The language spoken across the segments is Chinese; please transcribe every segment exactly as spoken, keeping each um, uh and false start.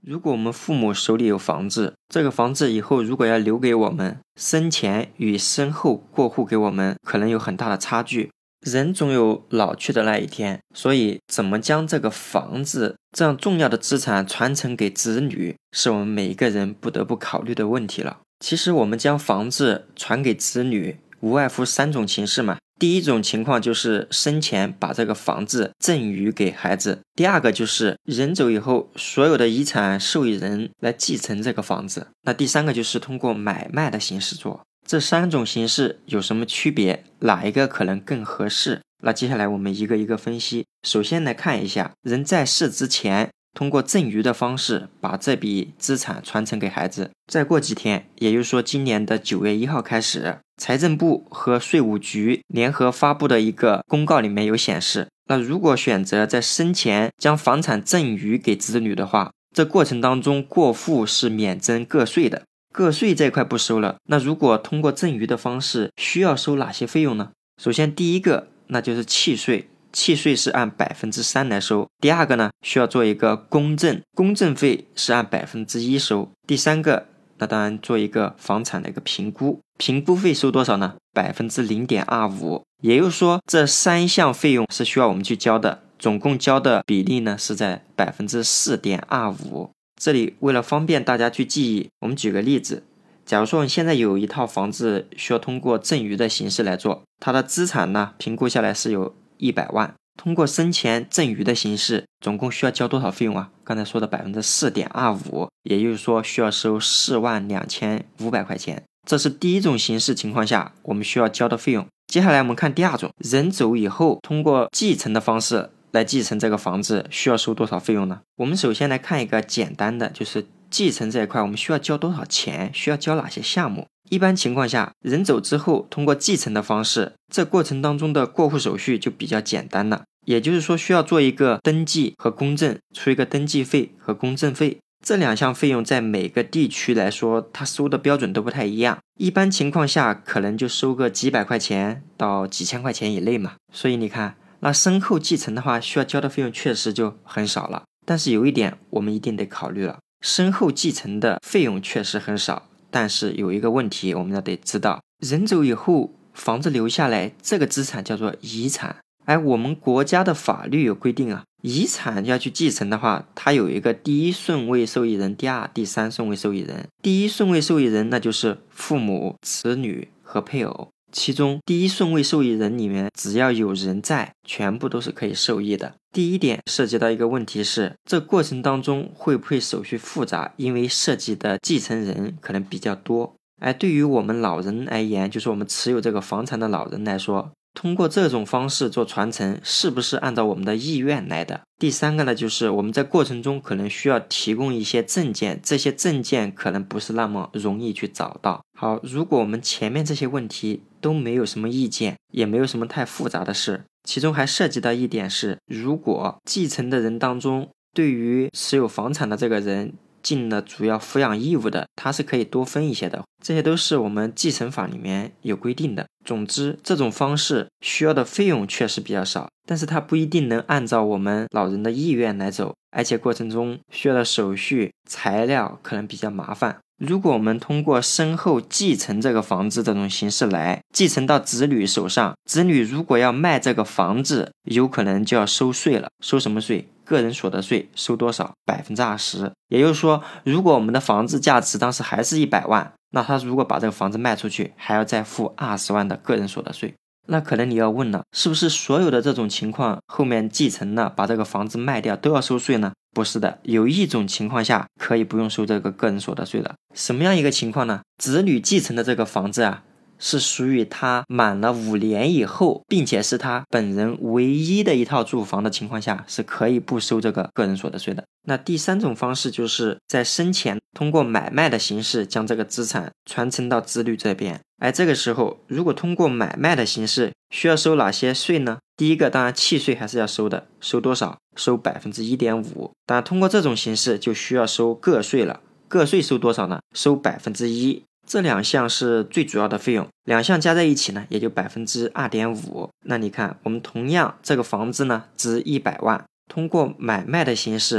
如果我们父母手里有房子，这个房子以后如果要留给我们，生前与身后过户给我们，可能有很大的差距。人总有老去的那一天，所以怎么将这个房子这样重要的资产传承给子女，是我们每一个人不得不考虑的问题了。其实我们将房子传给子女，无外乎三种形式嘛。第一种情况就是生前把这个房子赠予给孩子，第二个就是人走以后，所有的遗产受益人来继承这个房子，那第三个就是通过买卖的形式做。这三种形式有什么区别？哪一个可能更合适？那接下来我们一个一个分析。首先来看一下，人在世之前通过赠与的方式把这笔资产传承给孩子，再过几天，也就是说今年的九月一号开始，财政部和税务局联合发布的一个公告里面有显示，那如果选择在生前将房产赠与给子女的话，这过程当中过户是免征个税的，个税这块不收了。那如果通过赠与的方式，需要收哪些费用呢？首先第一个那就是契税，契税是按百分之三来收。第二个呢，需要做一个公证，公证费是按百分之一收。第三个，那当然做一个房产的一个评估，评估费收多少呢？百分之零点二五。也就是说，这三项费用是需要我们去交的，总共交的比例呢是在百分之四点二五。这里为了方便大家去记忆，我们举个例子。假如说你现在有一套房子需要通过赠与的形式来做，它的资产呢评估下来是有一百万，通过生前赠与的形式，总共需要交多少费用啊？刚才说的 百分之四点二五， 也就是说需要收四万两千五百块钱。这是第一种形式情况下我们需要交的费用。接下来我们看第二种，人走以后通过继承的方式来继承这个房子，需要收多少费用呢？我们首先来看一个简单的，就是继承这一块我们需要交多少钱，需要交哪些项目。一般情况下，人走之后通过继承的方式，这过程当中的过户手续就比较简单了，也就是说需要做一个登记和公证，出一个登记费和公证费。这两项费用在每个地区来说，它收的标准都不太一样，一般情况下可能就收个几百块钱到几千块钱以内嘛。所以你看，那身后继承的话，需要交的费用确实就很少了。但是有一点我们一定得考虑了，身后继承的费用确实很少，但是有一个问题我们要得知道，人走以后房子留下来，这个资产叫做遗产。哎，我们国家的法律有规定啊，遗产要去继承的话，它有一个第一顺位受益人，第二、第三顺位受益人。第一顺位受益人那就是父母、子女和配偶，其中第一顺位受益人里面只要有人在，全部都是可以受益的。第一点涉及到一个问题是，这过程当中会不会手续复杂，因为涉及的继承人可能比较多。哎，对于我们老人而言，就是我们持有这个房产的老人来说，通过这种方式做传承，是不是按照我们的意愿来的？第三个呢，就是我们在过程中可能需要提供一些证件，这些证件可能不是那么容易去找到。好，如果我们前面这些问题都没有什么意见，也没有什么太复杂的事，其中还涉及到一点是，如果继承的人当中，对于持有房产的这个人尽了主要抚养义务的，他是可以多分一些的，这些都是我们继承法里面有规定的。总之，这种方式需要的费用确实比较少，但是它不一定能按照我们老人的意愿来走，而且过程中需要的手续材料可能比较麻烦。如果我们通过身后继承这个房子这种形式来继承到子女手上，子女如果要卖这个房子，有可能就要收税了。收什么税？个人所得税收多少？ 百分之二十。 也就是说，如果我们的房子价值当时还是一百万，那他如果把这个房子卖出去，还要再付二十万的个人所得税。那可能你要问了，是不是所有的这种情况后面继承了把这个房子卖掉都要收税呢？不是的，有一种情况下可以不用收这个个人所得税的。什么样一个情况呢？子女继承的这个房子啊，是属于他满了五年以后，并且是他本人唯一的一套住房的情况下，是可以不收这个个人所得税的。那第三种方式就是在生前通过买卖的形式将这个资产传承到子女这边。而这个时候如果通过买卖的形式，需要收哪些税呢？第一个当然契税还是要收的，收多少？收 百分之一点五。 当然通过这种形式就需要收个税了，个税收多少呢？收 百分之一。这两项是最主要的费用，两项加在一起呢也就 百分之二点五。 那你看我们同样这个房子呢值一百万，通过买卖的形式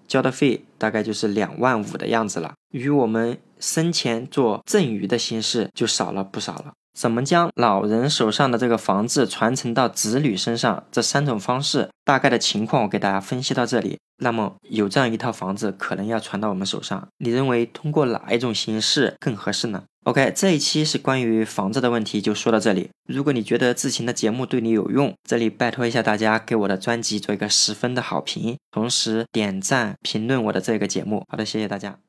交的费大概就是两万五的样子了，与我们生前做赠与的形式就少了不少了。怎么将老人手上的这个房子传承到子女身上，这三种方式大概的情况我给大家分析到这里。那么有这样一套房子可能要传到我们手上，你认为通过哪一种形式更合适呢？ OK， 这一期是关于房子的问题就说到这里。如果你觉得之前的节目对你有用，这里拜托一下大家给我的专辑做一个十分的好评，同时点赞评论我的这个节目。好的，谢谢大家。